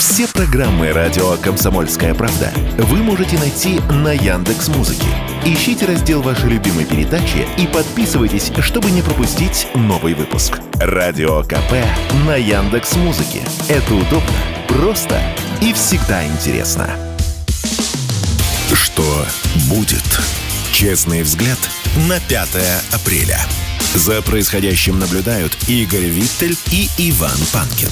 Все программы радио «Комсомольская правда» вы можете найти на Яндекс.Музыке. Ищите раздел вашей любимой передачи и подписывайтесь, чтобы не пропустить новый выпуск. Радио КП на Яндекс.Музыке. Это удобно, просто и всегда интересно. Что будет? Честный взгляд на 5 апреля. За происходящим наблюдают Игорь Виттель и Иван Панкин.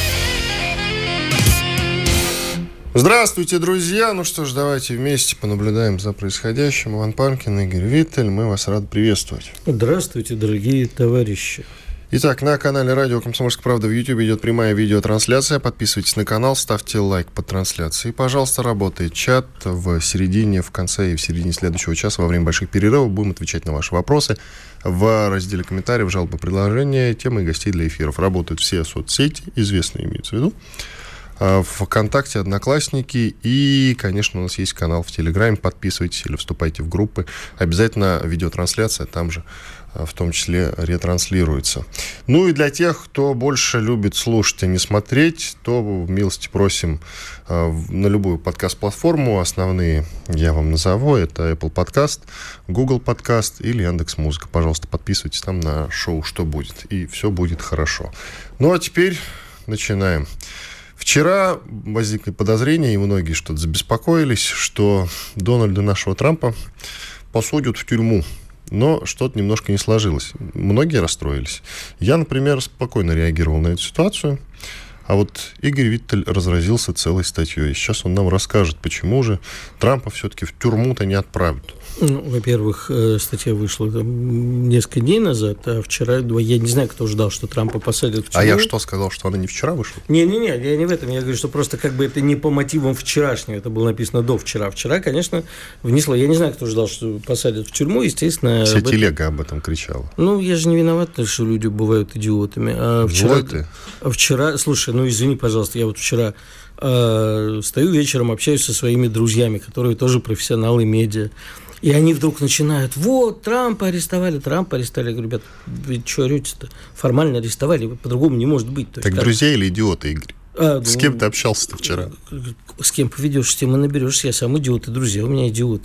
Здравствуйте, друзья! Ну что ж, давайте вместе понаблюдаем за происходящим. Иван Панкин, Игорь Виттель, мы вас рады приветствовать. Здравствуйте, дорогие товарищи. Итак, на канале радио «Комсомольская правда» в YouTube идет прямая видеотрансляция. Подписывайтесь на канал, ставьте лайк под трансляцией. Пожалуйста, работает чат в середине, в конце и в середине следующего часа во время больших перерывов. Будем отвечать на ваши вопросы в разделе комментариев, жалобы, предложения, темы и гостей для эфиров. Работают все соцсети, известные имеются в виду. ВКонтакте, Одноклассники и, конечно, у нас есть канал в Телеграме. Подписывайтесь или вступайте в группы. Обязательно видеотрансляция там же в том числе ретранслируется. Ну и для тех, кто больше любит слушать, а не смотреть, то милости просим на любую подкаст-платформу. Основные я вам назову. Это Apple Podcast, Google Podcast или Яндекс.Музыка. Пожалуйста, подписывайтесь там на шоу «Что будет?» и все будет хорошо. Ну а теперь начинаем. Вчера возникли подозрения, и многие что-то забеспокоились, что Дональда нашего Трампа посадят в тюрьму. Но что-то немножко не сложилось. Многие расстроились. Я, например, спокойно реагировал на эту ситуацию. А вот Игорь Виттель разразился целой статьей. Сейчас он нам расскажет, почему же Трампа все-таки в тюрьму-то не отправят. Ну, во-первых, статья вышла несколько дней назад, а вчера, я не знаю, кто ждал, что Трампа посадят в тюрьму. А я что, сказал, что она не вчера вышла? Не-не-не, я не в этом. Я говорю, что просто как бы это не по мотивам вчерашнего, это было написано до вчера. Вчера, конечно, внесло. Я не знаю, кто ждал, что посадят в тюрьму, естественно. Вся телега об этом кричала. Ну, я же не виноват, что люди бывают идиотами. А вчера, слушай, ну извини, пожалуйста, я вот вчера стою вечером, общаюсь со своими друзьями, которые тоже профессионалы медиа. И они вдруг начинают: вот, Трампа арестовали. Я говорю: ребят, вы что орете-то? Формально арестовали, по-другому не может быть. То так есть, друзья или идиоты, Игорь? С кем ты общался-то вчера? С кем поведешься, тем и наберешься. Я сам идиот, и друзья у меня идиоты.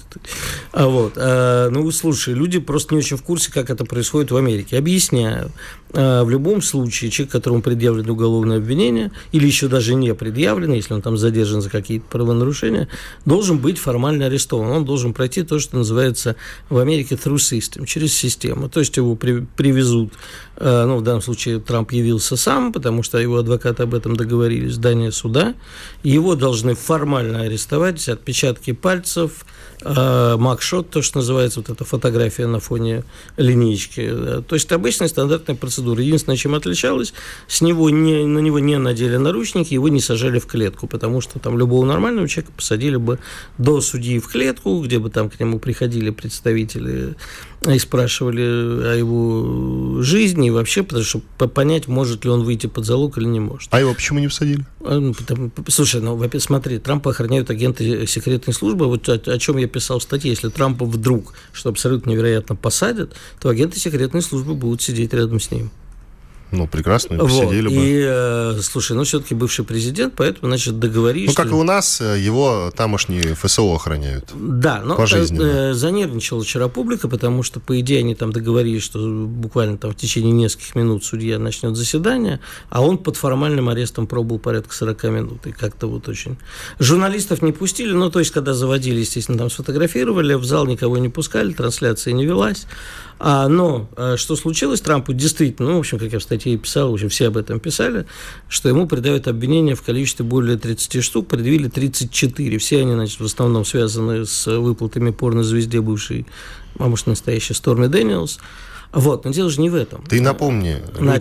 Ну, слушай, люди просто не очень в курсе, как это происходит в Америке. Объясняю. В любом случае, человек, которому предъявлено уголовное обвинение, или еще даже не предъявлено, если он там задержан за какие-то правонарушения, должен быть формально арестован. Он должен пройти то, что называется в Америке through system, через систему. То есть его привезут, в данном случае Трамп явился сам, потому что его адвокаты об этом договорились, в здание суда. Его должны формально арестовать, отпечатки пальцев, макшот, то, что называется, вот эта фотография на фоне линейки. То есть обычная стандартная процедура. Единственное, чем отличалось, на него не надели наручники, его не сажали в клетку, потому что там любого нормального человека посадили бы до судьи в клетку, где бы там к нему приходили представители и спрашивали о его жизни и вообще, потому что понять, может ли он выйти под залог или не может. А его почему не посадили? Слушай, смотри, Трампа охраняют агенты секретной службы. Вот о чем я писал в статье. Если Трампа вдруг, что абсолютно невероятно, посадят, то агенты секретной службы будут сидеть рядом с ним. Ну, прекрасно, посидели бы. И, слушай, все-таки бывший президент, поэтому, значит, договорились. Ну, как и у нас, его тамошние ФСО охраняют. Да, но занервничала вчера публика, потому что, по идее, они там договорились, что буквально там в течение нескольких минут судья начнет заседание, а он под формальным арестом пробыл порядка 40 минут. И как-то вот очень... Журналистов не пустили, то есть, когда заводили, естественно, там сфотографировали, в зал никого не пускали, трансляция не велась. Но что случилось? Трампу действительно, в общем, как я в статье писал, в общем, все об этом писали, что ему предъявят обвинения в количестве более 30 штук, предъявили 34. Все они, значит, в основном связаны с выплатами порнозвезде бывшей, а может, настоящей Сторми Дэниелс. Но дело же не в этом. Ты напомни,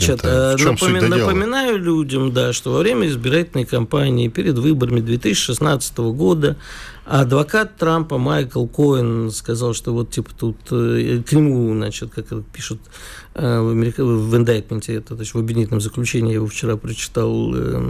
напоминаю людям, да, что во время избирательной кампании перед выборами 2016 года адвокат Трампа Майкл Коэн сказал, что вот типа тут к нему, значит, как пишут в индайтменте, то есть в обвинительном заключении, я его вчера прочитал,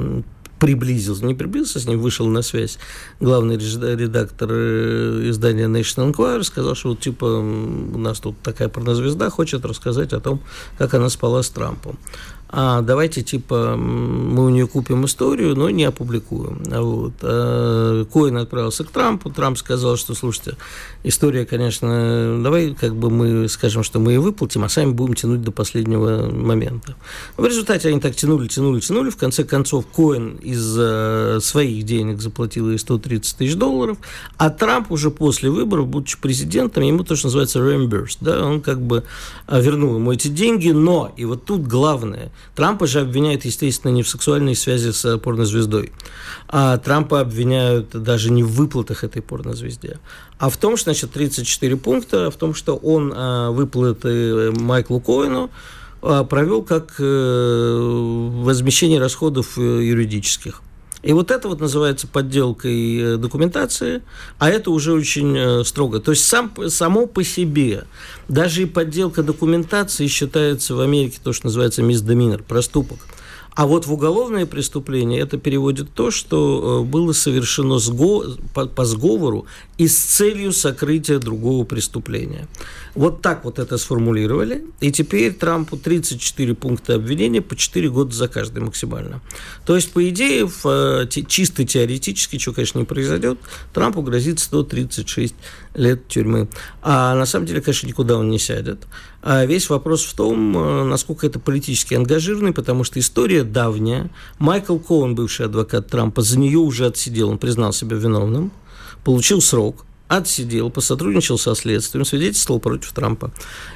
не приблизился с ним, вышел на связь главный редактор издания National Enquirer, сказал, что вот типа у нас тут такая порнозвезда хочет рассказать о том, как она спала с Трампом. давайте, типа, мы у нее купим историю, но не опубликуем. Вот. Коэн отправился к Трампу, Трамп сказал, что, слушайте, история, конечно, давай как бы мы скажем, что мы ее выплатим, а сами будем тянуть до последнего момента. В результате они так тянули, в конце концов Коэн из своих денег заплатил ей $130 тысяч, а Трамп уже после выборов, будучи президентом, ему то, что называется reimbursed, да, он как бы вернул ему эти деньги, но, и вот тут главное, Трампа же обвиняют, естественно, не в сексуальной связи с порнозвездой, а Трампа обвиняют даже не в выплатах этой порнозвезде, а в том, что, значит, 34 пункта, в том, что он выплаты Майклу Коэну провел как возмещение расходов юридических. И вот это вот называется подделкой документации, а это уже очень строго. То есть само по себе, даже и подделка документации считается в Америке то, что называется misdemeanor, проступок. А вот в уголовное преступление это переводит то, что было совершено по сговору и с целью сокрытия другого преступления. Вот так вот это сформулировали, и теперь Трампу 34 пункта обвинения по 4 года за каждый максимально. То есть, по идее, чисто теоретически, чего, конечно, не произойдет, Трампу грозит 136 лет тюрьмы. А на самом деле, конечно, никуда он не сядет. А весь вопрос в том, насколько это политически ангажированный, потому что история давняя. Майкл Коэн, бывший адвокат Трампа, за нее уже отсидел, он признал себя виновным, получил срок, отсидел, посотрудничал со следствием, свидетельствовал против Трампа.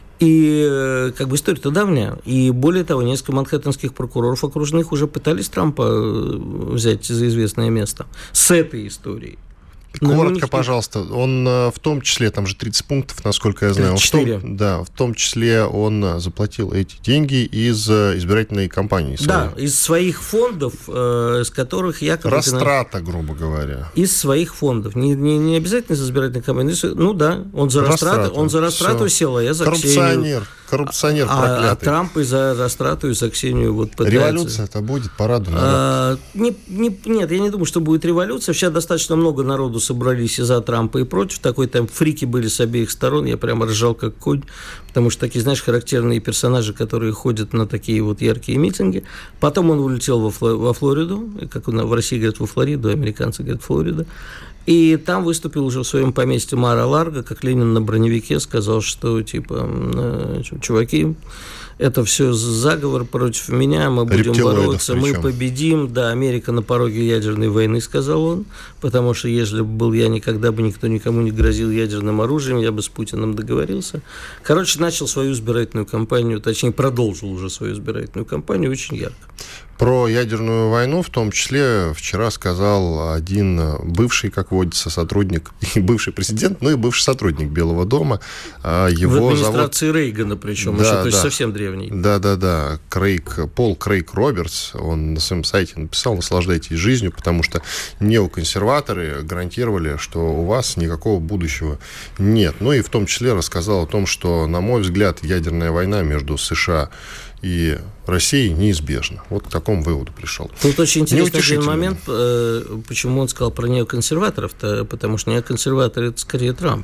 И как бы история-то давняя. И более того, несколько манхэттенских прокуроров окружных уже пытались Трампа взять за известное место с этой историей. Коротко, пожалуйста, он в том числе, там же 30 пунктов, насколько я знаю, 34. В том числе он заплатил эти деньги из избирательной кампании своей. Да, из своих фондов, с которых якобы... Растрата, грубо говоря. Из своих фондов. Не обязательно из избирательной кампании. Ну да, он за растрату сел, а я за Ксению. Коррупционер проклятый. А Трамп и за растрату, и за Ксению вот пытается. Революция-то будет, параду народ. Нет, я не думаю, что будет революция. Сейчас достаточно много народу собрались и за Трампа, и против. Такой там фрики были с обеих сторон. Я прямо ржал как конь, потому что такие, знаешь, характерные персонажи, которые ходят на такие вот яркие митинги. Потом он улетел во Флориду, как в России говорят во Флориду, американцы говорят Флорида. И там выступил уже в своем поместье Мар-а-Ларго, как Ленин на броневике, сказал, что, типа, чуваки, это все заговор против меня, мы будем бороться, мы победим. Да, Америка на пороге ядерной войны, сказал он, потому что если бы был я, никогда бы никто никому не грозил ядерным оружием, я бы с Путиным договорился. Короче, начал свою избирательную кампанию, точнее, продолжил уже свою избирательную кампанию очень ярко. Про ядерную войну в том числе вчера сказал один бывший, как водится, сотрудник, и бывший президент, ну и бывший сотрудник Белого дома. Его в администрации Рейгана причем, да, еще, то есть совсем древний. Да. Пол Крейг Робертс, он на своем сайте написал: наслаждайтесь жизнью, потому что неоконсерваторы гарантировали, что у вас никакого будущего нет. Ну и в том числе рассказал о том, что, на мой взгляд, ядерная война между США и России неизбежна. Вот к такому выводу пришел. Тут очень интересный один момент, почему он сказал про неоконсерваторов-то, потому что неоконсерваторы – это скорее Трамп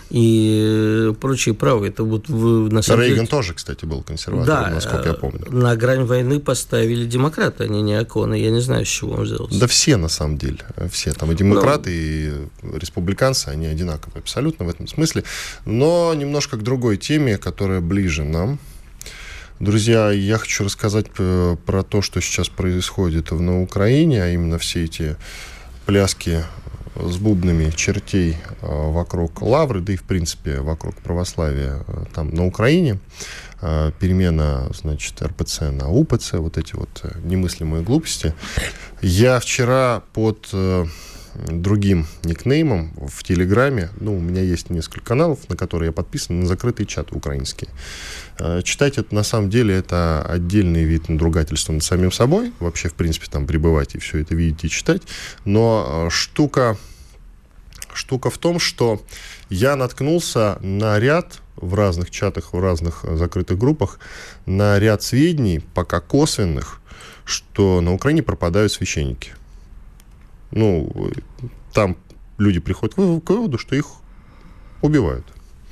и прочие правые. Это вот на самом деле... Рейган тоже, кстати, был консерватором, насколько я помню. На грань войны поставили демократы, а не неоконы. Я не знаю, с чего он взялся. Да все, на самом деле. Все. Там и демократы, и республиканцы, они одинаковые абсолютно в этом смысле. Но немножко к другой теме, которая ближе нам. Друзья, я хочу рассказать про то, что сейчас происходит на Украине, а именно все эти пляски с бубнами чертей вокруг Лавры, да и, в принципе, вокруг православия там на Украине. Перемена, значит, РПЦ на УПЦ, вот эти вот немыслимые глупости. Я вчера под другим никнеймом в Телеграме, у меня есть несколько каналов, на которые я подписан, на закрытые чаты украинские. Читать это, на самом деле, это отдельный вид надругательства над самим собой. Вообще, в принципе, там пребывать и все это видеть и читать. Но штука в том, что я наткнулся на ряд в разных чатах, в разных закрытых группах, на ряд сведений, пока косвенных, что на Украине пропадают священники. Там люди приходят к выводу, что их убивают.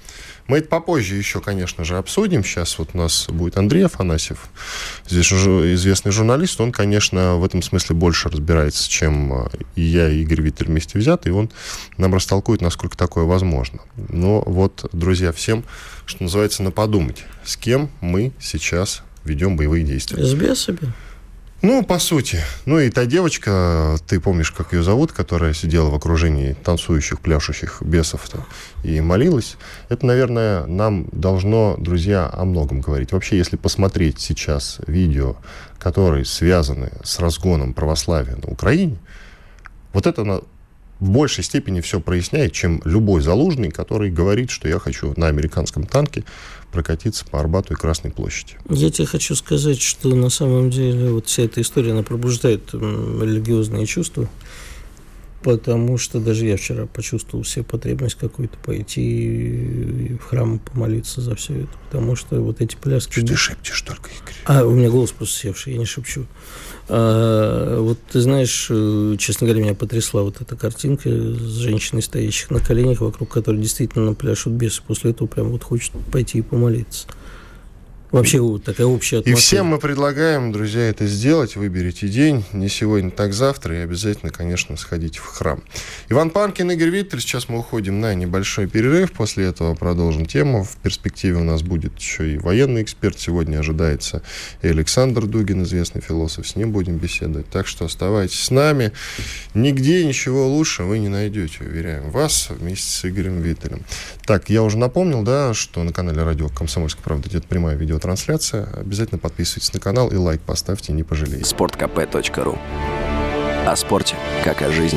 Мы это попозже еще, конечно же, обсудим. Сейчас вот у нас будет Андрей Афанасьев, здесь уже известный журналист. Он, конечно, в этом смысле больше разбирается, чем и я, и Игорь Виттель вместе взятый. И он нам растолкует, насколько такое возможно. Но вот, друзья, всем, что называется, на подумать, с кем мы сейчас ведем боевые действия. С бесами. Ну, по сути. Ну, и та девочка, ты помнишь, как ее зовут, которая сидела в окружении танцующих, пляшущих бесов-то и молилась. Это, наверное, нам должно, друзья, о многом говорить. Вообще, если посмотреть сейчас видео, которые связаны с разгоном православия на Украине, вот это в большей степени все проясняет, чем любой Залужный, который говорит, что я хочу на американском танке прокатиться по Арбату и Красной площади. Я тебе хочу сказать, что на самом деле вот вся эта история, она пробуждает религиозные чувства, потому что даже я вчера почувствовал себе потребность какую-то пойти в храм помолиться за все это, потому что вот эти пляски... Что ты шепчешь только, Игорь? У меня голос просто севший, я не шепчу. Вот ты знаешь, честно говоря, меня потрясла вот эта картинка с женщиной, стоящих на коленях, вокруг которой действительно пляшут бесы. После этого прям вот хочет пойти и помолиться. Вообще вот такая общая атмосфера. И всем мы предлагаем, друзья, это сделать. Выберите день, не сегодня, так завтра, и обязательно, конечно, сходите в храм. Иван Панкин, Игорь Виттель. Сейчас мы уходим на небольшой перерыв. После этого продолжим тему. В перспективе у нас будет еще и военный эксперт. Сегодня ожидается и Александр Дугин, известный философ. С ним будем беседовать. Так что оставайтесь с нами. Нигде ничего лучше вы не найдете, уверяем вас, вместе с Игорем Виттелем. Так, я уже напомнил, да, что на канале радио «Комсомольская правда» идет прямая видеотрансляция. Обязательно подписывайтесь на канал и лайк поставьте, не пожалеете. sportkp.ru. О спорте, как о жизни.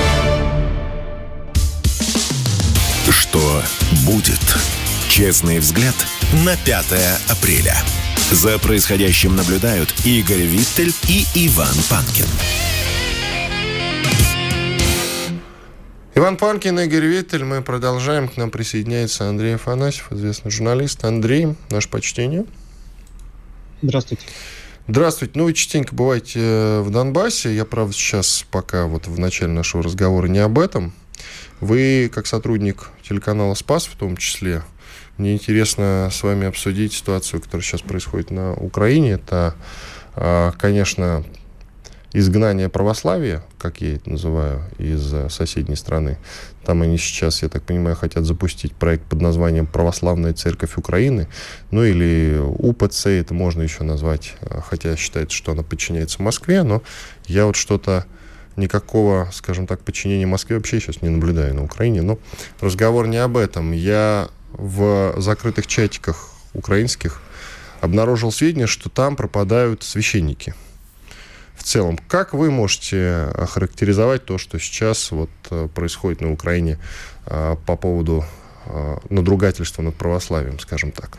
Что будет? Честный взгляд на 5 апреля. За происходящим наблюдают Игорь Виттель и Иван Панкин. Иван Панкин, Игорь Виттель. Мы продолжаем. К нам присоединяется Андрей Афанасьев, известный журналист. Андрей, наше почтение. Здравствуйте. Здравствуйте. Ну, вы частенько бываете в Донбассе. Я, правда, сейчас пока вот в начале нашего разговора не об этом. Вы, как сотрудник телеканала «Спас» в том числе, мне интересно с вами обсудить ситуацию, которая сейчас происходит на Украине. Это, конечно, изгнание православия, как я это называю, из соседней страны. Там они сейчас, я так понимаю, хотят запустить проект под названием «Православная церковь Украины». Ну или УПЦ, это можно еще назвать, хотя считается, что она подчиняется Москве, но я вот что-то никакого, скажем так, подчинения Москве вообще сейчас не наблюдаю на Украине. Но разговор не об этом. Я в закрытых чатиках украинских обнаружил сведения, что там пропадают священники. В целом, как вы можете охарактеризовать то, что сейчас вот происходит на Украине по поводу надругательства над православием, скажем так?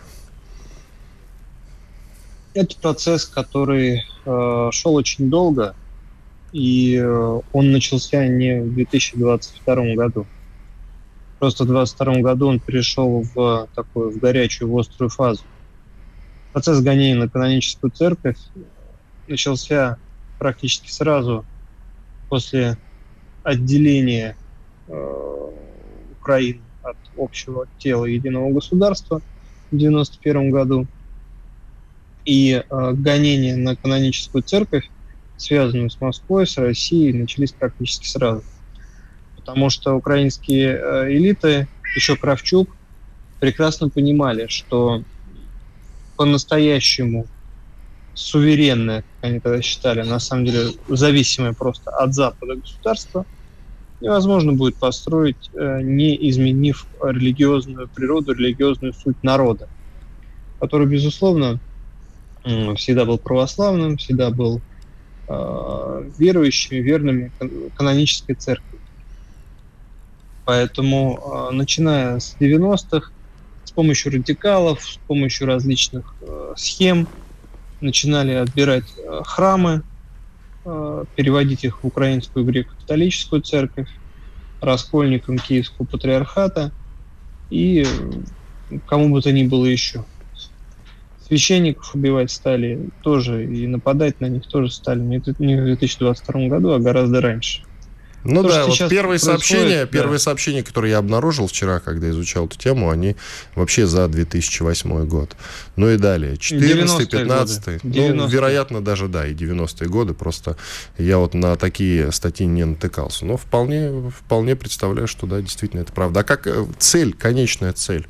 Это процесс, который шел очень долго, и он начался не в 2022 году. Просто в 2022 году он перешел в горячую, в острую фазу. Процесс гонений на каноническую церковь начался практически сразу после отделения Украины от общего тела единого государства в 1991 году. И гонения на каноническую церковь, связанную с Москвой, с Россией, начались практически сразу. Потому что украинские элиты, еще Кравчук, прекрасно понимали, что по-настоящему суверенное, как они тогда считали, на самом деле зависимое просто от Запада государство, невозможно будет построить, не изменив религиозную природу, религиозную суть народа, который, безусловно, всегда был православным, всегда был верующими, верными канонической церкви. Поэтому, начиная с 90-х, с помощью радикалов, с помощью различных схем, начинали отбирать храмы, переводить их в украинскую греко-католическую церковь, раскольникам Киевского патриархата и кому бы то ни было еще. Священников убивать стали тоже, и нападать на них тоже стали не в 2022 году, а гораздо раньше. Ну то, да, вот первые происходит, сообщения, которые я обнаружил вчера, когда изучал эту тему, они вообще за 2008 год. Ну и далее, 14 15 ну, вероятно, даже, да, и 90-е годы, просто я вот на такие статьи не натыкался. Но вполне представляю, что, да, действительно, это правда. А как цель, конечная цель?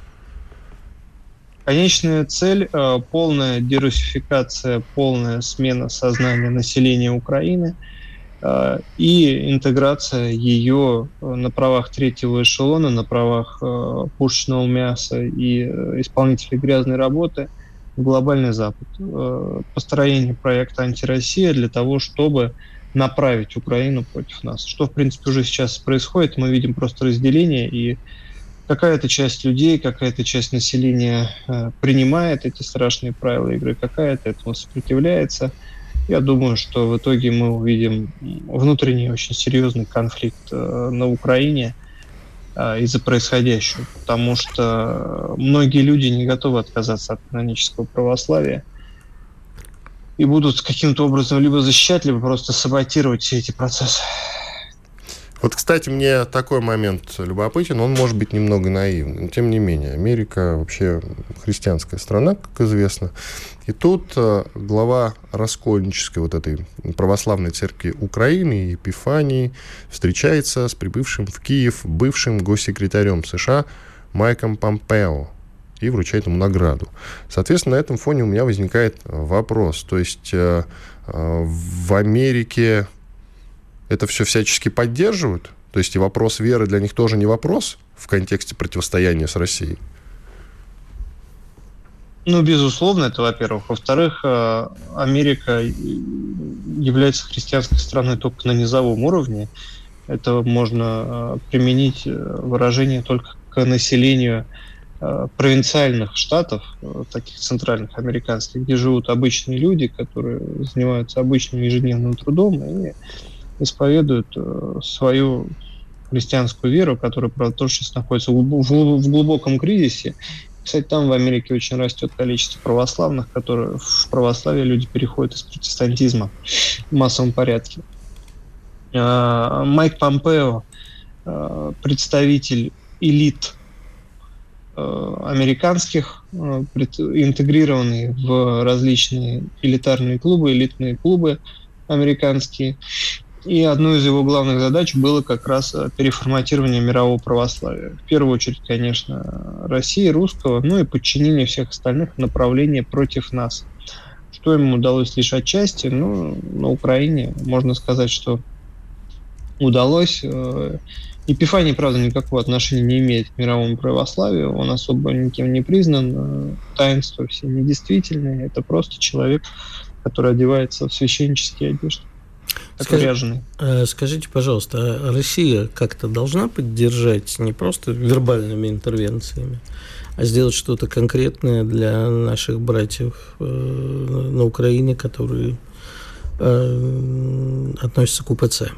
Конечная цель – полная дерусификация, полная смена сознания населения Украины и интеграция ее на правах третьего эшелона, на правах пушечного мяса и исполнителей грязной работы в глобальный Запад. Построение проекта «Антироссия» для того, чтобы направить Украину против нас. Что, в принципе, уже сейчас происходит. Мы видим просто разделение, и какая-то часть людей, какая-то часть населения принимает эти страшные правила игры, какая-то этому сопротивляется. Я думаю, что в итоге мы увидим внутренний очень серьезный конфликт на Украине из-за происходящего, потому что многие люди не готовы отказаться от канонического православия и будут каким-то образом либо защищать, либо просто саботировать все эти процессы. Вот, кстати, мне такой момент любопытен, он может быть немного наивный, но тем не менее, Америка вообще христианская страна, как известно, и тут глава раскольнической вот этой православной церкви Украины, Епифании, встречается с прибывшим в Киев бывшим госсекретарем США Майком Помпео и вручает ему награду. Соответственно, на этом фоне у меня возникает вопрос, то есть в Америке это все всячески поддерживают? То есть и вопрос веры для них тоже не вопрос в контексте противостояния с Россией? Ну, безусловно, это во-первых. Во-вторых, Америка является христианской страной только на низовом уровне. Это можно применить выражение только к населению провинциальных штатов, таких центральных американских, где живут обычные люди, которые занимаются обычным ежедневным трудом и исповедуют свою христианскую веру, которая, правда, тоже сейчас находится в глубоком кризисе. Кстати, там в Америке очень растет количество православных, которые в православие люди переходят из протестантизма в массовом порядке. Майк Помпео, представитель элит американских, интегрированный в различные элитарные клубы, элитные клубы американские. И одной из его главных задач было как раз переформатирование мирового православия. В первую очередь, конечно, России, русского, ну и подчинение всех остальных направлений против нас. Что ему удалось лишь отчасти, ну, на Украине можно сказать, что удалось. Епифаний, правда, никакого отношения не имеет к мировому православию, он особо никем не признан, таинства все недействительные, это просто человек, который одевается в священнические одежды. Скажите, пожалуйста, а Россия как-то должна поддержать не просто вербальными интервенциями, а сделать что-то конкретное для наших братьев на Украине, которые относятся к УПЦ?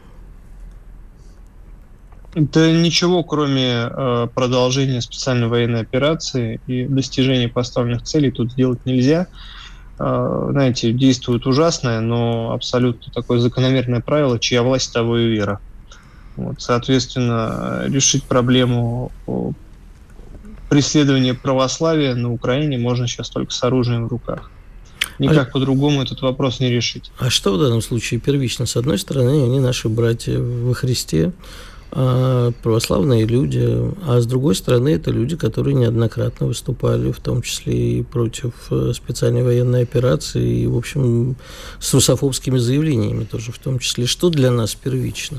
Да ничего, кроме продолжения специальной военной операции и достижения поставленных целей тут сделать нельзя. Знаете, действует ужасное, но абсолютно такое закономерное правило: чья власть, того и вера. Вот, соответственно, решить проблему преследования православия на Украине можно сейчас только с оружием в руках. Никак по-другому этот вопрос не решить. А что в данном случае первично? С одной стороны, они наши братья во Христе, православные люди, а с другой стороны, это люди, которые неоднократно выступали, в том числе и против специальной военной операции, и, в общем, с русофобскими заявлениями тоже в том числе. Что для нас первично?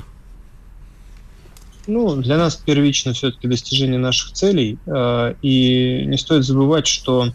Ну, для нас первично все-таки достижение наших целей, и не стоит забывать, что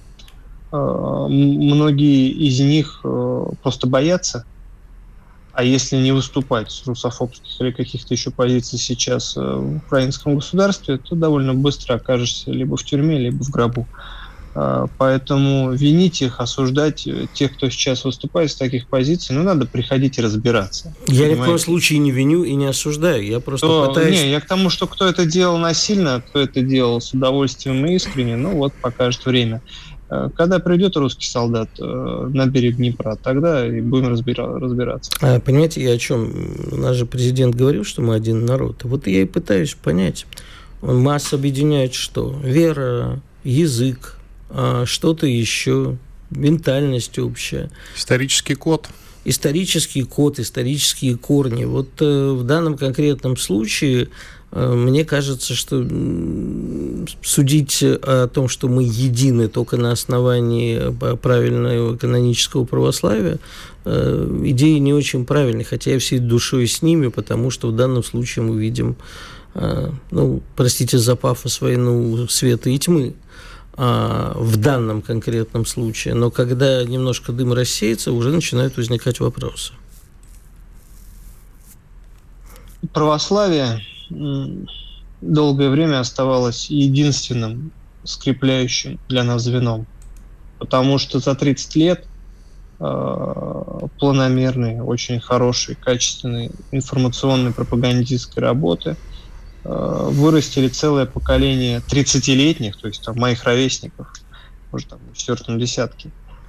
многие из них просто боятся. А если не выступать с русофобских или каких-то еще позиций сейчас в украинском государстве, то довольно быстро окажешься либо в тюрьме, либо в гробу. Поэтому винить их, осуждать тех, кто сейчас выступает с таких позиций, надо приходить и разбираться. Я ни в коем случае не виню и не осуждаю. Я просто пытаюсь... Не, я к тому, что кто это делал насильно, кто это делал с удовольствием и искренне, покажет время. Когда придет русский солдат на берег Днепра, тогда и будем разбираться. Понимаете, я о чем? Наш же президент говорил, что мы один народ. Вот я и пытаюсь понять. Нас объединяет что? Вера, язык, что-то еще, ментальность общая. Исторический код. Исторический код, исторические корни. Вот в данном конкретном случае мне кажется, что судить о том, что мы едины только на основании правильного канонического православия, идея не очень правильная, хотя я всей душой с ними, потому что в данном случае мы видим, простите за пафос, войну света и тьмы в данном конкретном случае. Но когда немножко дым рассеется, уже начинают возникать вопросы. Православие долгое время оставалось единственным скрепляющим для нас звеном. Потому что за 30 лет планомерной, очень хорошей, качественной информационной пропагандистской работы вырастили целое поколение 30-летних, то есть моих ровесников, может, в 4-м десятке,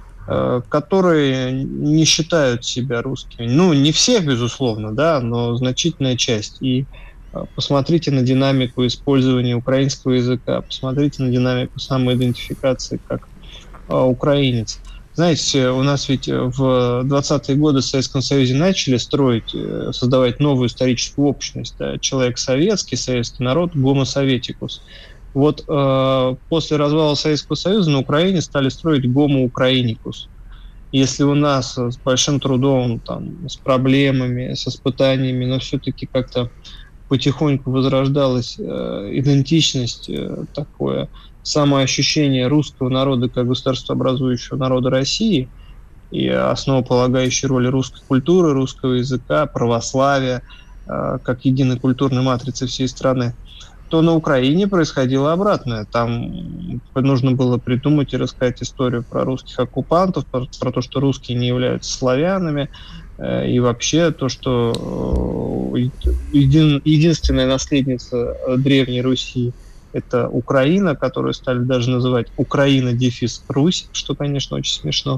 которые не считают себя русскими. Не всех, безусловно, да, но значительная часть. И посмотрите на динамику использования украинского языка, посмотрите на динамику самоидентификации как украинец. Знаете, у нас ведь в 20-е годы в Советском Союзе начали создавать новую историческую общность. Да? Человек советский народ, гомо советикус. Вот после развала Советского Союза на Украине стали строить гомо украиникус. Если у нас с большим трудом, с проблемами, с испытаниями, но все-таки как-то потихоньку возрождалась идентичность, такое самоощущение русского народа как государствообразующего народа России и основополагающей роли русской культуры, русского языка, православия, как единой культурной матрицы всей страны, то на Украине происходило обратное. Там нужно было придумать и рассказать историю про русских оккупантов, про то, что русские не являются славянами, и вообще то, что единственная наследница Древней Руси — это Украина, которую стали даже называть Украина-Русь, что, конечно, очень смешно.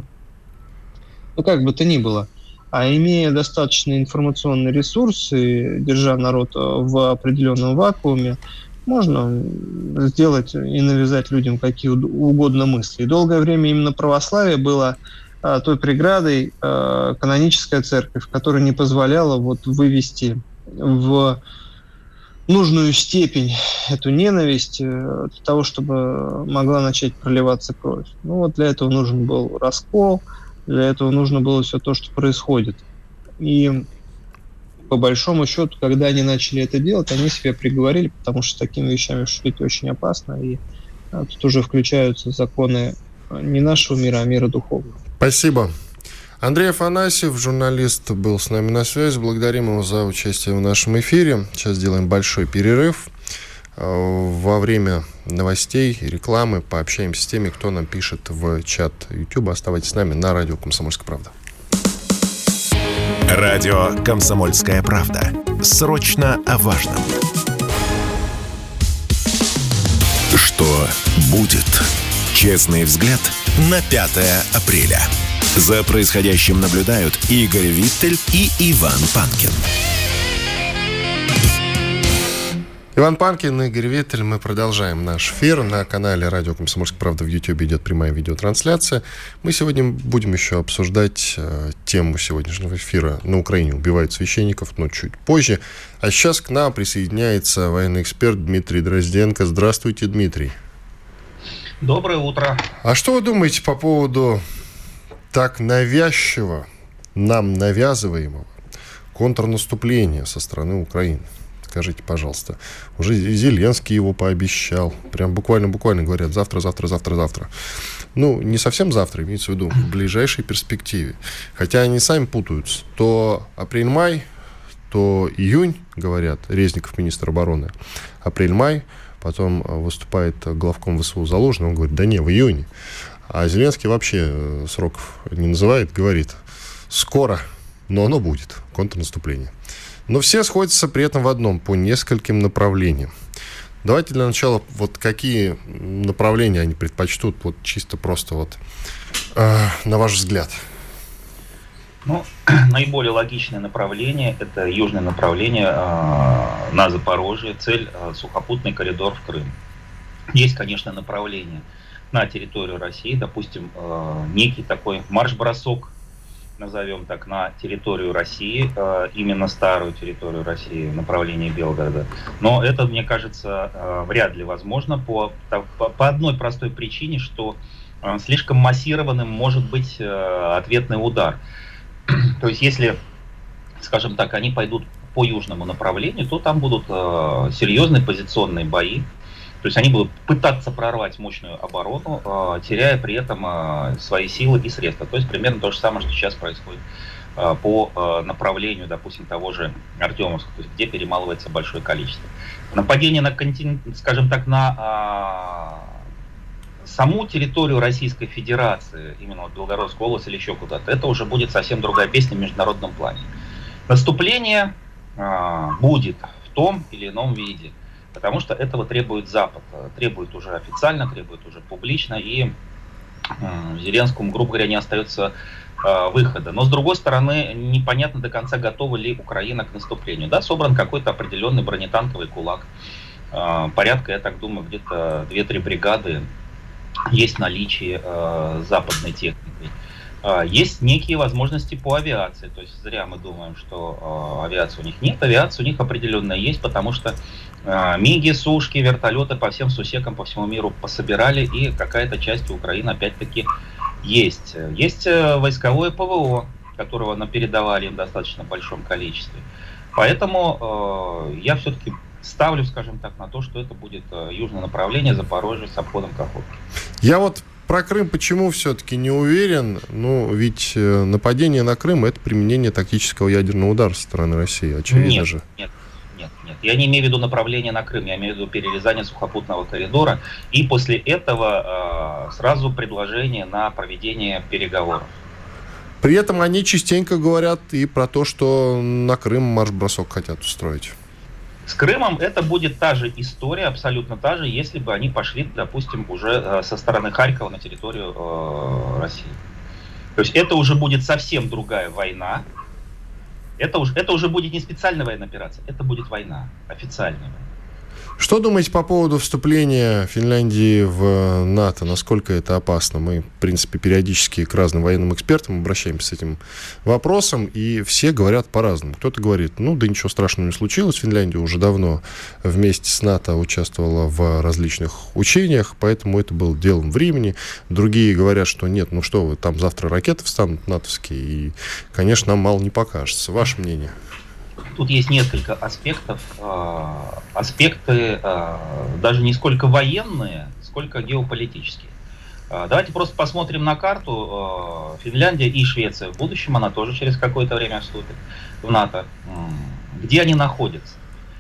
Как бы то ни было. А имея достаточные информационные ресурсы, держа народ в определенном вакууме, можно сделать и навязать людям какие угодно мысли. И долгое время именно православие было той преградой, каноническая церковь, которая не позволяла вывести в нужную степень эту ненависть для того, чтобы могла начать проливаться кровь. Для этого нужен был раскол, для этого нужно было все то, что происходит. И по большому счету, когда они начали это делать, они себя приговорили, потому что с такими вещами шутить очень опасно, и тут уже включаются законы не нашего мира, а мира духовного. Спасибо. Андрей Афанасьев, журналист, был с нами на связи. Благодарим его за участие в нашем эфире. Сейчас сделаем большой перерыв. Во время новостей и рекламы пообщаемся с теми, кто нам пишет в чат YouTube. Оставайтесь с нами на радио «Комсомольская правда». Радио «Комсомольская правда». Срочно о важном. Что будет? Честный взгляд на 5 апреля. За происходящим наблюдают Игорь Виттель и Иван Панкин. Иван Панкин, Игорь Виттель. Мы продолжаем наш эфир. На канале «Радио Комсомольская правда» в YouTube идет прямая видеотрансляция. Мы сегодня будем еще обсуждать тему сегодняшнего эфира. На Украине убивают священников, но чуть позже. А сейчас к нам присоединяется военный эксперт Дмитрий Дрозденко. Здравствуйте, Дмитрий. Доброе утро. А что вы думаете по поводу так навязчивого, нам навязываемого контрнаступления со стороны Украины? Скажите, пожалуйста. Уже Зеленский его пообещал. Прям буквально говорят, завтра. Не совсем завтра, имеется в виду, в ближайшей перспективе. Хотя они сами путаются. То апрель-май, то июнь, говорят, Резников, министр обороны. Апрель-май, потом выступает главком ВСУ Залужный, он говорит, да не, в июне. А Зеленский вообще сроков не называет, говорит, скоро, но оно будет, контрнаступление. Но все сходятся при этом в одном, по нескольким направлениям. Давайте для начала, вот какие направления они предпочтут, вот чисто просто вот на ваш взгляд? Ну, наиболее логичное направление – это южное направление на Запорожье, цель сухопутный коридор в Крым. Есть, конечно, направление на территорию России, допустим, некий такой марш-бросок, назовем так, на территорию России, именно старую территорию России, в направлении Белгорода. Но это, мне кажется, вряд ли возможно по одной простой причине, что слишком массированным может быть ответный удар. То есть, если, скажем так, они пойдут по южному направлению, то там будут серьезные позиционные бои. То есть они будут пытаться прорвать мощную оборону, теряя при этом свои силы и средства. То есть примерно то же самое, что сейчас происходит по направлению, допустим, того же Артемовска, то есть где перемалывается большое количество. Нападение на континент, скажем так, на саму территорию Российской Федерации, именно вот Белгородскую область или еще куда-то, это уже будет совсем другая песня в международном плане. Наступление будет в том или ином виде, потому что этого требует Запад, требует уже официально, требует уже публично, и Зеленскому, грубо говоря, не остается выхода. Но, с другой стороны, непонятно до конца, готова ли Украина к наступлению. Да, собран какой-то определенный бронетанковый кулак, порядка, я так думаю, где-то 2-3 бригады есть наличие западной техники. Есть некие возможности по авиации, то есть зря мы думаем, что авиации у них нет, авиация у них определенная есть, потому что МиГи, Сушки, вертолеты по всем сусекам, по всему миру пособирали, и какая-то часть у Украины опять-таки есть. Есть войсковое ПВО, которого передавали им в достаточно большом количестве. Поэтому я все-таки ставлю, скажем так, на то, что это будет южное направление Запорожья с обходом Каховки. Я вот про Крым почему все-таки не уверен? Ну, ведь нападение на Крым – это применение тактического ядерного удара со стороны России, очевидно же. Нет. Я не имею в виду направление на Крым, я имею в виду перерезание сухопутного коридора. И после этого сразу предложение на проведение переговоров. При этом они частенько говорят и про то, что на Крым марш-бросок хотят устроить. С Крымом это будет та же история, абсолютно та же, если бы они пошли, допустим, уже со стороны Харькова на территорию России. То есть это уже будет совсем другая война. Это уже будет не специальная военная операция, это будет война, официальная война. Что думаете по поводу вступления Финляндии в НАТО? Насколько это опасно? Мы, в принципе, периодически к разным военным экспертам обращаемся с этим вопросом, и все говорят по-разному. Кто-то говорит, ну да ничего страшного не случилось, Финляндия уже давно вместе с НАТО участвовала в различных учениях, поэтому это было делом времени. Другие говорят, что нет, ну что вы, там завтра ракеты встанут натовские, и, конечно, нам мало не покажется. Ваше мнение? Тут есть несколько аспектов. Аспекты даже не сколько военные, сколько геополитические. Давайте просто посмотрим на карту. Финляндия и Швеция в будущем, она тоже через какое-то время вступит в НАТО. Где они находятся?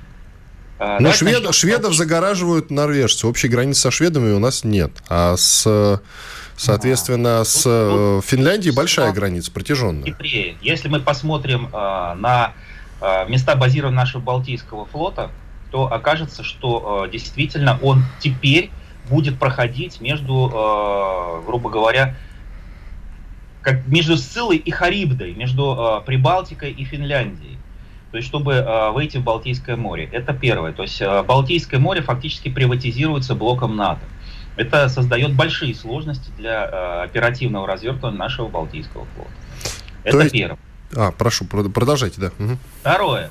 Но шведов загораживают норвежцы. Общей границы со шведами у нас нет. А соответственно, с Финляндией большая граница, протяженная. Если мы посмотрим на места базирования нашего Балтийского флота, то окажется, что действительно он теперь будет проходить между, грубо говоря, между Сциллой и Харибдой, между Прибалтикой и Финляндией. То есть, чтобы выйти в Балтийское море. Это первое. То есть, Балтийское море фактически приватизируется блоком НАТО. Это создает большие сложности для оперативного развертывания нашего Балтийского флота. Это первое. Прошу, продолжайте, да. Угу. Второе.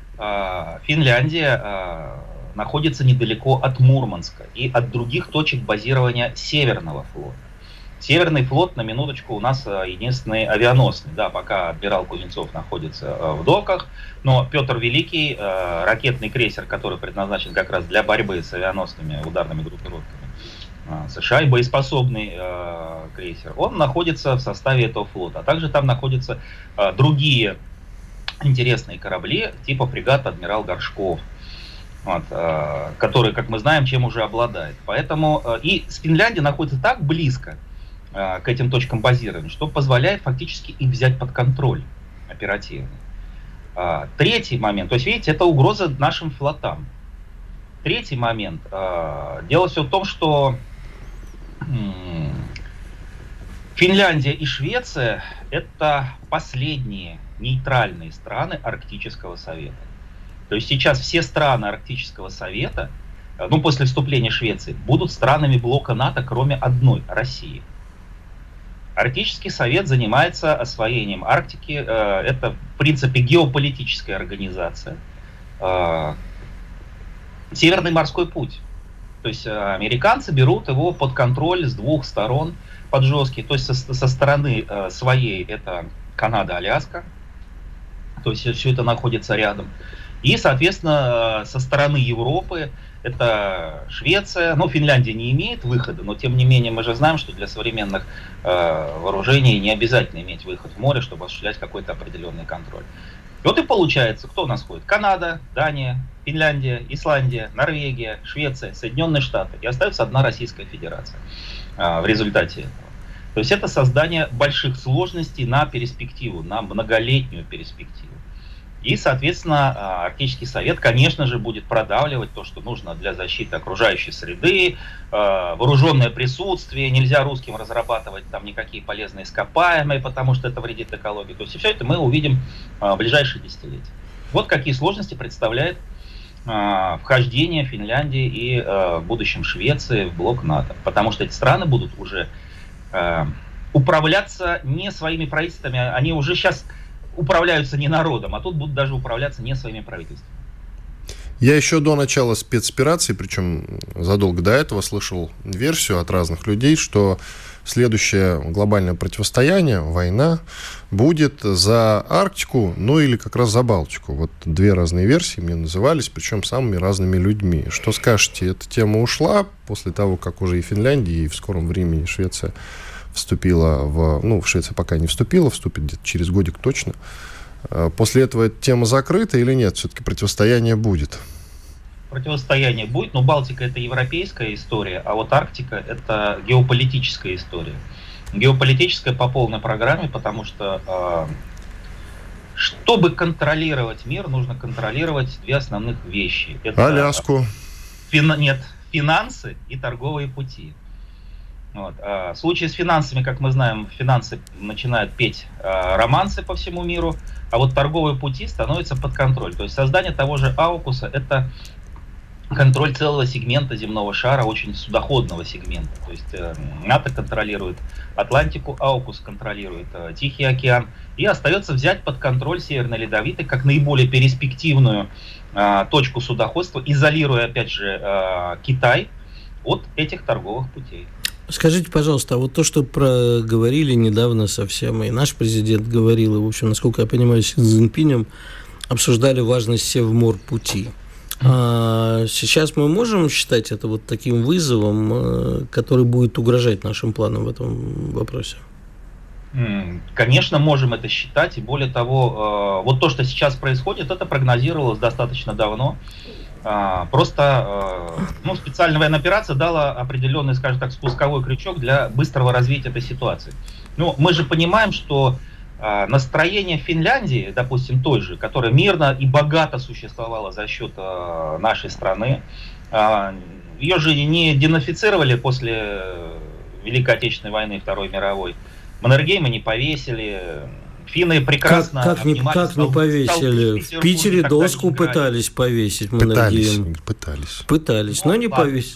Финляндия находится недалеко от Мурманска и от других точек базирования Северного флота. Северный флот, на минуточку, у нас единственный авианосный. Да, пока адмирал Кузнецов находится в доках, но Петр Великий, ракетный крейсер, который предназначен как раз для борьбы с авианосными ударными группировками США, и боеспособный крейсер, он находится в составе этого флота. А также там находятся другие интересные корабли, типа фрегата «Адмирал Горшков», который, как мы знаем, чем уже обладает. Поэтому и Финляндия находится так близко к этим точкам базирования, что позволяет фактически их взять под контроль оперативно. Третий момент, то есть, видите, это угроза нашим флотам. третий момент. Дело все в том, что Финляндия и Швеция – это последние нейтральные страны Арктического совета. То есть сейчас все страны Арктического совета, после вступления Швеции, будут странами блока НАТО, кроме одной – России. Арктический совет занимается освоением Арктики. Это, в принципе, геополитическая организация. Северный морской путь. То есть американцы берут его под контроль с двух сторон, под жесткий. То есть со стороны своей это Канада, Аляска. То есть все это находится рядом. И, соответственно, со стороны Европы это Швеция. Финляндия не имеет выхода, но тем не менее мы же знаем, что для современных вооружений не обязательно иметь выход в море, чтобы осуществлять какой-то определенный контроль. И вот и получается, кто у нас ходит? Канада, Дания, Финляндия, Исландия, Норвегия, Швеция, Соединенные Штаты. И остается одна Российская Федерация в результате этого. То есть это создание больших сложностей на перспективу, на многолетнюю перспективу. И, соответственно, Арктический совет, конечно же, будет продавливать то, что нужно для защиты окружающей среды, вооруженное присутствие, нельзя русским разрабатывать там никакие полезные ископаемые, потому что это вредит экологии. То есть все это мы увидим в ближайшие десятилетия. Вот какие сложности представляет вхождение Финляндии и в будущем Швеции в блок НАТО. Потому что эти страны будут уже управляться не своими правительствами, они уже сейчас управляются не народом, а тут будут даже управляться не своими правительствами. Я еще до начала спецоперации, причем задолго до этого, слышал версию от разных людей, что следующее глобальное противостояние, война, будет за Арктику, или как раз за Балтику. Вот две разные версии мне назывались, причем самыми разными людьми. Что скажете, эта тема ушла после того, как уже и Финляндия, и в скором времени Швеция вступила в Швеция пока не вступила, вступит где-то через годик точно. После этого эта тема закрыта или нет? Все-таки противостояние будет? Противостояние будет, но Балтика — это европейская история, а вот Арктика — это геополитическая история. Геополитическая по полной программе, потому что чтобы контролировать мир, нужно контролировать две основных вещи. Это Аляску. Финансы и торговые пути. В случае с финансами, как мы знаем, финансы начинают петь романсы по всему миру, а вот торговые пути становятся под контроль. То есть создание того же AUKUS — это контроль целого сегмента земного шара, очень судоходного сегмента. То есть НАТО контролирует Атлантику, AUKUS контролирует Тихий океан, и остается взять под контроль Северный Ледовитый как наиболее перспективную точку судоходства, изолируя, опять же, Китай от этих торговых путей. Скажите, пожалуйста, а вот то, что проговорили недавно совсем, и наш президент говорил, и, в общем, насколько я понимаю, с Цзиньпинем обсуждали важность Севморпути. Сейчас мы можем считать это вот таким вызовом, который будет угрожать нашим планам в этом вопросе? Конечно, можем это считать, и более того, вот то, что сейчас происходит, это прогнозировалось достаточно давно. Просто специальная военная операция дала определенный, скажем так, спусковой крючок для быстрого развития этой ситуации. Мы же понимаем, что настроение Финляндии, допустим, той же, которая мирно и богато существовала за счет нашей страны, ее же не денацифицировали после Великой Отечественной войны, Второй мировой. Маннергейма не повесили. Финны прекрасно как не повесили? В Питере доску пытались повесить Маннергейм. Пытались, но не повесили.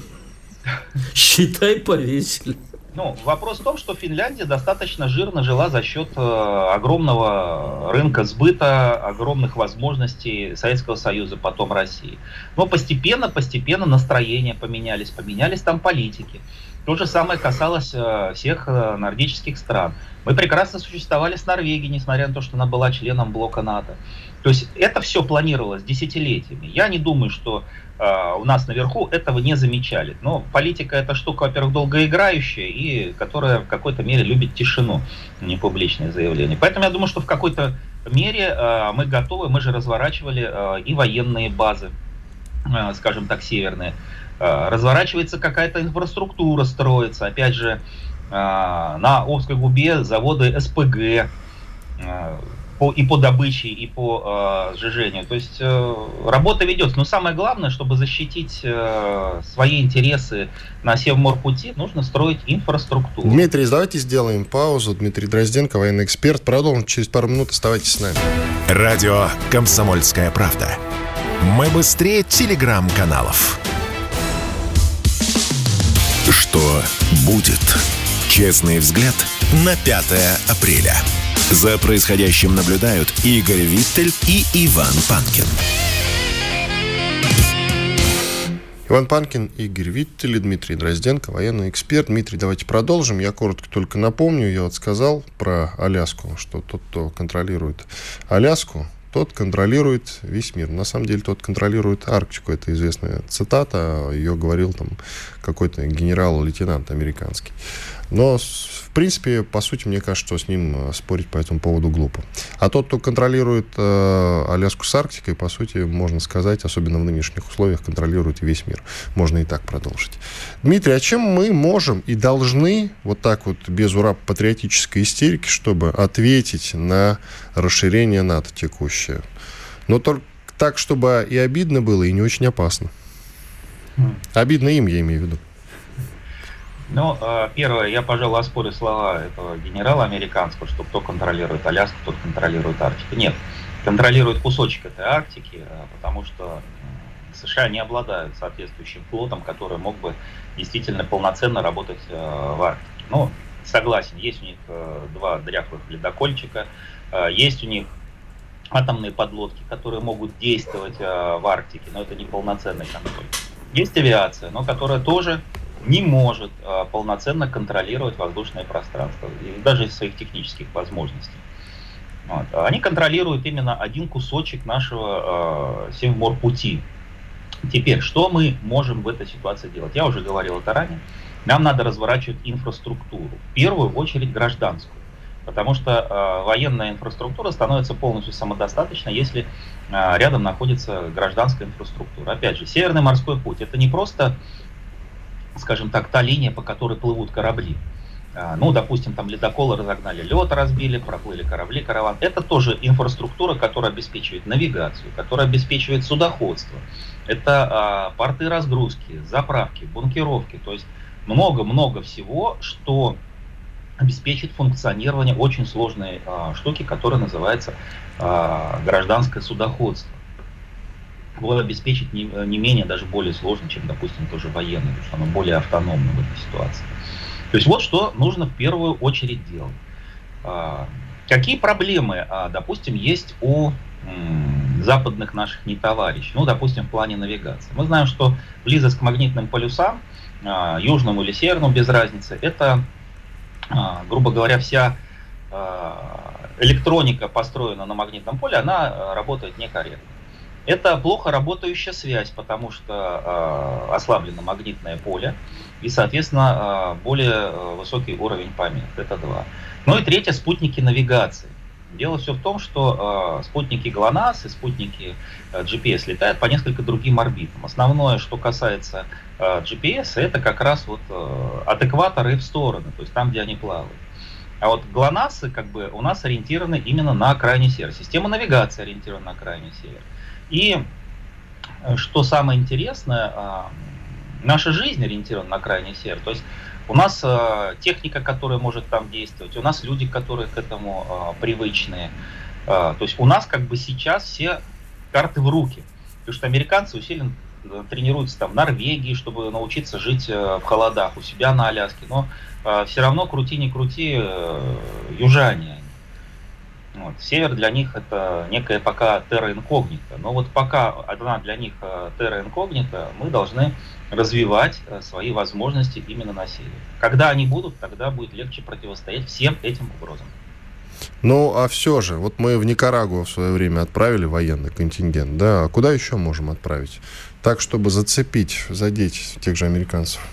Считай, повесили. Вопрос в том, что Финляндия достаточно жирно жила за счет огромного рынка сбыта, огромных возможностей Советского Союза, потом России. Но постепенно настроения поменялись там политики. То же самое касалось всех нордических стран. Мы прекрасно существовали с Норвегией, несмотря на то, что она была членом блока НАТО. То есть это все планировалось десятилетиями. Я не думаю, что у нас наверху этого не замечали. Но политика — это штука, во-первых, долгоиграющая и которая в какой-то мере любит тишину, не публичные заявления. Поэтому я думаю, что в какой-то мере мы готовы, мы же разворачивали и военные базы, скажем так, северные. Разворачивается какая-то инфраструктура, строится. Опять же, на Обской губе заводы СПГ. по добыче, и по сжижению. То есть работа ведется. Но самое главное, чтобы защитить свои интересы на Севморпути, нужно строить инфраструктуру. Дмитрий, давайте сделаем паузу. Дмитрий Дрозденко, военный эксперт. Продолжим через пару минут. Оставайтесь с нами. Радио «Комсомольская правда». Мы быстрее телеграм-каналов. Что будет? Честный взгляд на 5 апреля. За происходящим наблюдают Игорь Виттель и Иван Панкин. Иван Панкин, Игорь Виттель и Дмитрий Дрозденко, военный эксперт. Дмитрий, давайте продолжим. Я коротко только напомню, я вот сказал про Аляску, что тот, кто контролирует Аляску, тот контролирует весь мир. На самом деле, тот контролирует Арктику. Это известная цитата. Ее говорил там какой-то генерал-лейтенант американский. Но, в принципе, по сути, мне кажется, что с ним спорить по этому поводу глупо. А тот, кто контролирует Аляску с Арктикой, по сути, можно сказать, особенно в нынешних условиях, контролирует весь мир. Можно и так продолжить. Дмитрий, а чем мы можем и должны вот так вот без ура-патриотической истерики, чтобы ответить на расширение НАТО текущее? Но только так, чтобы и обидно было, и не очень опасно. Обидно им, я имею в виду. Ну, первое, я, пожалуй, оспорю слова этого генерала американского, что кто контролирует Аляску, тот контролирует Арктику. Нет, контролирует кусочек этой Арктики, потому что США не обладают соответствующим флотом, который мог бы действительно полноценно работать в Арктике. Ну, согласен, есть у них 2 дряхлых ледокольчика, есть у них атомные подлодки, которые могут действовать в Арктике, но это не полноценный контроль. Есть авиация, но которая тоже не может полноценно контролировать воздушное пространство, и даже из своих технических возможностей. Вот. Они контролируют именно один кусочек нашего Севморпути. Теперь, что мы можем в этой ситуации делать? Я уже говорил это ранее. Нам надо разворачивать инфраструктуру, в первую очередь гражданскую, потому что военная инфраструктура становится полностью самодостаточной, если рядом находится гражданская инфраструктура. Опять же, Северный морской путь — это не просто, скажем так, та линия, по которой плывут корабли. Ну, допустим, там ледоколы разогнали, лед разбили, проплыли корабли, караван. Это тоже инфраструктура, которая обеспечивает навигацию, которая обеспечивает судоходство. Это порты разгрузки, заправки, бункеровки. То есть много-много всего, что обеспечит функционирование очень сложной штуки, которая называется гражданское судоходство. Его обеспечить не менее, даже более сложно, чем, допустим, тоже военное, потому что оно более автономно в этой ситуации. То есть вот что нужно в первую очередь делать. Какие проблемы, допустим, есть у западных наших нетоварищей, ну, допустим, в плане навигации. Мы знаем, что близость к магнитным полюсам, южному или северному, без разницы, это, грубо говоря, вся электроника, построена на магнитном поле, она работает некорректно. Это плохо работающая связь, потому что ослаблено магнитное поле и, соответственно, более высокий уровень помех. Это 2. Ну и 3, спутники навигации. Дело все в том, что спутники ГЛОНАСС и спутники GPS летают по несколько другим орбитам. Основное, что касается GPS, это как раз вот от экватора и в стороны, то есть там, где они плавают. А вот ГЛОНАССы как бы у нас ориентированы именно на крайний север. Система навигации ориентирована на крайний север. И что самое интересное, наша жизнь ориентирована на крайний север. То есть у нас техника, которая может там действовать, у нас люди, которые к этому привычные. То есть у нас как бы сейчас все карты в руки. Потому что американцы усиленно тренируются там в Норвегии, чтобы научиться жить в холодах, у себя на Аляске. Но все равно, крути не крути, южане. Вот. Север для них это некая пока терра инкогнита. Но вот пока одна для них терра инкогнита, мы должны развивать свои возможности именно на севере. Когда они будут, тогда будет легче противостоять всем этим угрозам. Ну, а все же, вот мы в Никарагуа в свое время отправили военный контингент, да, а куда еще можем отправить? Так, чтобы зацепить, задеть тех же американцев.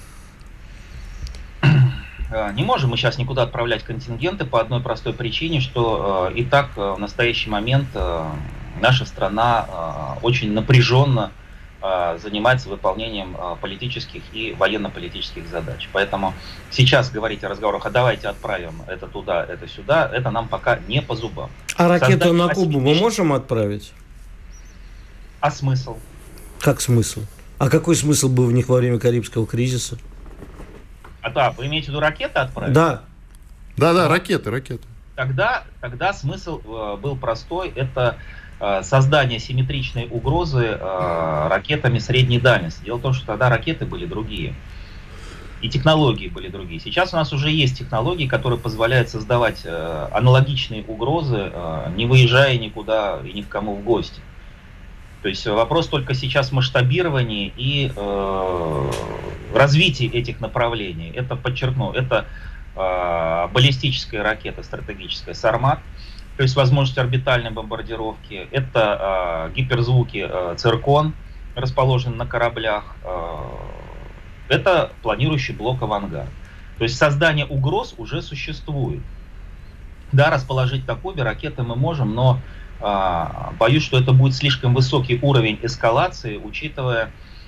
Не можем мы сейчас никуда отправлять контингенты по одной простой причине, что и так в настоящий момент наша страна очень напряженно занимается выполнением политических и военно-политических задач. Поэтому сейчас говорить о разговорах, а давайте отправим это туда, это сюда, это нам пока не по зубам. А ракету на Кубу мы можем отправить? А смысл? Как смысл? А какой смысл был в них во время Карибского кризиса? Вы имеете в виду ракеты отправить? Да. Да, ракеты. Тогда смысл был простой. Это создание симметричной угрозы ракетами средней дальности. Дело в том, что тогда ракеты были другие. И технологии были другие. Сейчас у нас уже есть технологии, которые позволяют создавать аналогичные угрозы, не выезжая никуда и ни к кому в гости. То есть вопрос только сейчас в масштабировании и развитии этих направлений. Это, подчеркну, это баллистическая ракета стратегическая «Сармат», то есть возможность орбитальной бомбардировки. Это гиперзвуки «Циркон», расположенные на кораблях. Это планирующий блок «Авангард». То есть создание угроз уже существует. Да, расположить на Кубе ракеты мы можем, но боюсь, что это будет слишком высокий уровень эскалации, учитывая,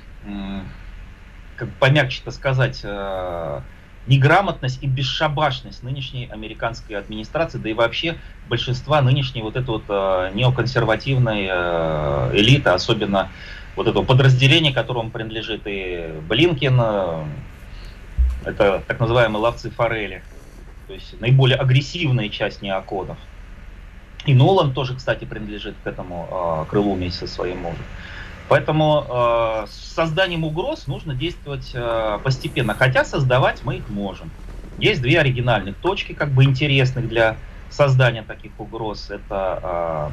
как помягче-то сказать, неграмотность и бесшабашность нынешней американской администрации, да и вообще большинства нынешней вот этой вот неоконсервативной элиты, особенно вот этого подразделения, которому принадлежит и Блинкен, это так называемые ловцы форели, то есть наиболее агрессивная часть неоконов. И Нолан тоже, кстати, принадлежит к этому крылу вместе со своим мужем. Поэтому с созданием угроз нужно действовать постепенно. Хотя создавать мы их можем. Есть две оригинальных точки, как бы интересных для создания таких угроз. Это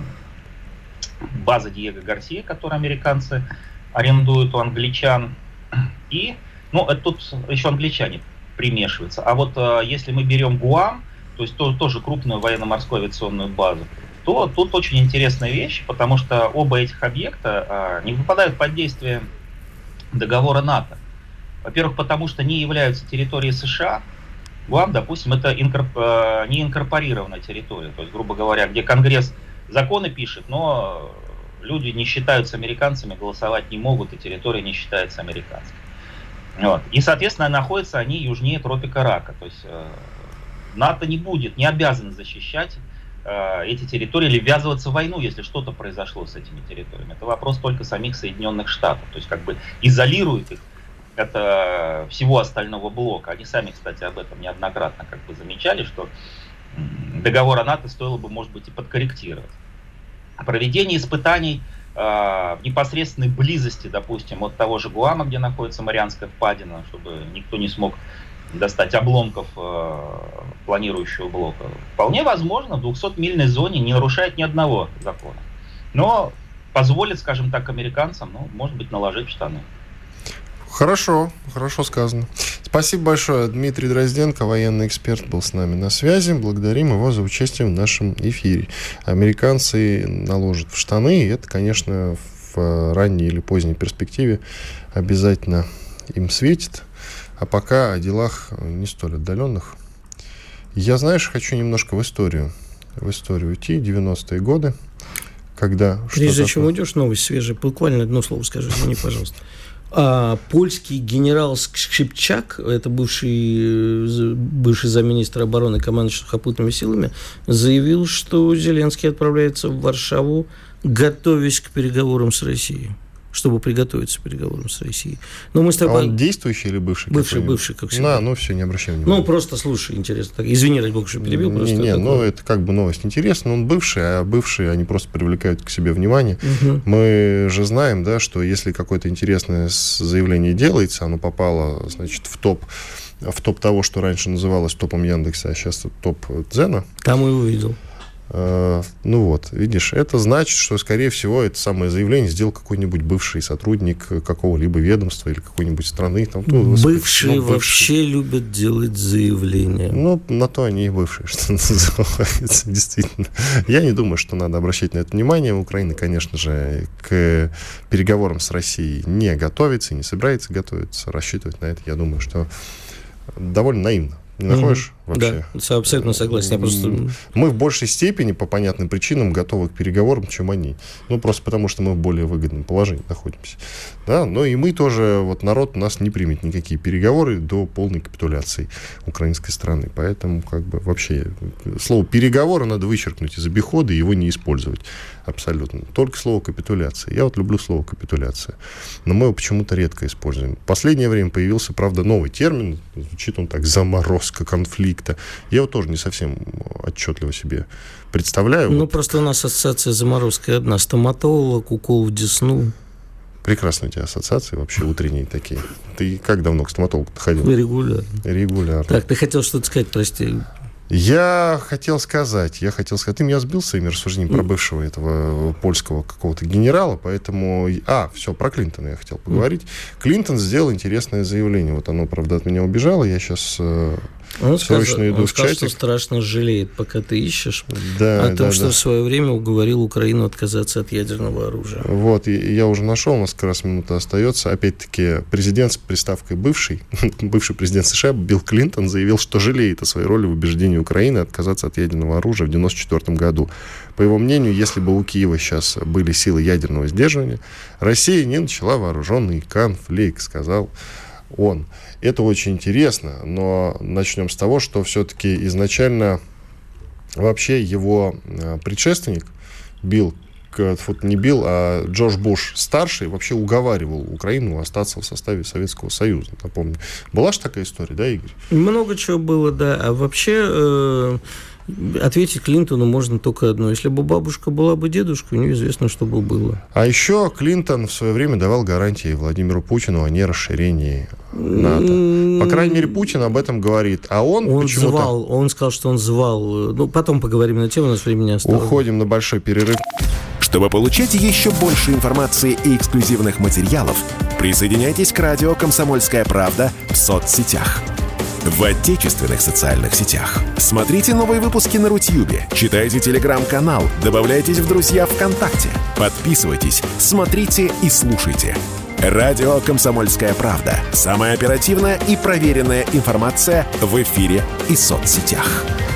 база Диего Гарсия, которую американцы арендуют у англичан. И, это тут еще англичане примешиваются. А вот если мы берем Гуам, то есть тоже крупную военно-морскую авиационную базу, то тут очень интересная вещь, потому что оба этих объекта не попадают под действие договора НАТО. Во-первых, потому что не являются территорией США. Гуам, допустим, это не инкорпорированная территория, то есть, грубо говоря, где Конгресс законы пишет, но люди не считаются американцами, голосовать не могут, и территория не считается американской. И, соответственно, находятся они южнее тропика Рака. То есть НАТО не обязано защищать эти территории или ввязываться в войну, если что-то произошло с этими территориями. Это вопрос только самих Соединенных Штатов. То есть как бы изолирует их от всего остального блока. Они сами, кстати, об этом неоднократно как бы замечали, что договор о НАТО стоило бы, может быть, и подкорректировать. Проведение испытаний в непосредственной близости, допустим, от того же Гуама, где находится Марианская впадина, чтобы никто не смог достать обломков планирующего блока. Вполне возможно, в 200-мильной зоне не нарушает ни одного закона. Но позволит, скажем так, американцам, может быть, наложить в штаны. Хорошо сказано. Спасибо большое. Дмитрий Дрозденко, военный эксперт, был с нами на связи. Благодарим его за участие в нашем эфире. Американцы наложат в штаны, и это, конечно, в ранней или поздней перспективе обязательно им светит. А пока о делах не столь отдаленных. Я, хочу немножко в историю уйти. 90-е годы, когда... Прежде чем уйдешь, новость свежая. Буквально одно слово скажи, извини, пожалуйста. Польский генерал Шипчак, это бывший замминистра обороны, командующий сухопутными силами, заявил, что Зеленский отправляется в Варшаву, готовясь к переговорам с Россией. Чтобы приготовиться к переговорам с Россией. Но мы с тобой... он действующий или бывший? Бывший, как всегда. Все, не обращай внимания. Просто слушай, интересно. Так, извини, ради бога, что перебил. Это как бы новость интересная. Он бывший, а бывшие, они просто привлекают к себе внимание. Угу. Мы же знаем, да, что если какое-то интересное заявление делается, оно попало, в топ того, что раньше называлось топом Яндекса, а сейчас топ Дзена. Там и увидел. Видишь, это значит, что, скорее всего, это самое заявление сделал какой-нибудь бывший сотрудник какого-либо ведомства или какой-нибудь страны. Бывшие вообще любят делать заявления. На то они и бывшие, что называется, действительно. Я не думаю, что надо обращать на это внимание. Украина, конечно же, к переговорам с Россией не готовится и не собирается готовиться. Рассчитывать на это, я думаю, что довольно наивно. Не находишь? вообще. Да, абсолютно согласен. Мы в большей степени, по понятным причинам, готовы к переговорам, чем они. Ну, просто потому, что мы в более выгодном положении находимся. Да, но и мы тоже, вот народ у нас не примет никакие переговоры до полной капитуляции украинской страны. Поэтому, как бы, вообще, слово «переговоры» надо вычеркнуть из обихода и его не использовать абсолютно. Только слово «капитуляция». Я вот люблю слово «капитуляция», но мы его почему-то редко используем. В последнее время появился, правда, новый термин. Звучит он так: заморозка конфликта. Я его тоже не совсем отчетливо себе представляю. Ну, просто у нас ассоциация заморозка одна. Стоматолог, укол в десну. Прекрасные у тебя ассоциации вообще утренние такие. Ты как давно к стоматологу ходил? Регулярно. Так, ты хотел что-то сказать, прости. Я хотел сказать, ты меня сбил своими рассуждениями про бывшего этого польского какого-то генерала, поэтому... все, про Клинтона я хотел поговорить. Клинтон сделал интересное заявление. Вот оно, правда, от меня убежало. Я сейчас срочно иду в чатик. Он сказал, что страшно жалеет, пока ты ищешь, о том, что в свое время уговорил Украину отказаться от ядерного оружия. Вот, и я уже нашел, у нас как раз минута остается. Опять-таки, президент с приставкой бывший президент США Билл Клинтон заявил, что жалеет о своей роли в убеждении Украины отказаться от ядерного оружия в 1994 году. По его мнению, если бы у Киева сейчас были силы ядерного сдерживания, Россия не начала вооруженный конфликт, сказал он. Это очень интересно, но начнем с того, что все-таки изначально вообще его предшественник Джордж Буш старший вообще уговаривал Украину остаться в составе Советского Союза, напомню. Была же такая история, да, Игорь? Много чего было, да. А вообще ответить Клинтону можно только одно. Если бы бабушка была бы дедушкой, неизвестно, что бы было. А еще Клинтон в свое время давал гарантии Владимиру Путину о нерасширении НАТО. По крайней мере, Путин об этом говорит. А он почему-то... Он сказал, что он звал. Ну, потом поговорим на тему, у нас времени осталось. Уходим на большой перерыв. Чтобы получать еще больше информации и эксклюзивных материалов, присоединяйтесь к радио «Комсомольская правда» в соцсетях. В отечественных социальных сетях. Смотрите новые выпуски на Рутьюбе, читайте телеграм-канал, добавляйтесь в друзья ВКонтакте, подписывайтесь, смотрите и слушайте. Радио «Комсомольская правда». Самая оперативная и проверенная информация в эфире и соцсетях.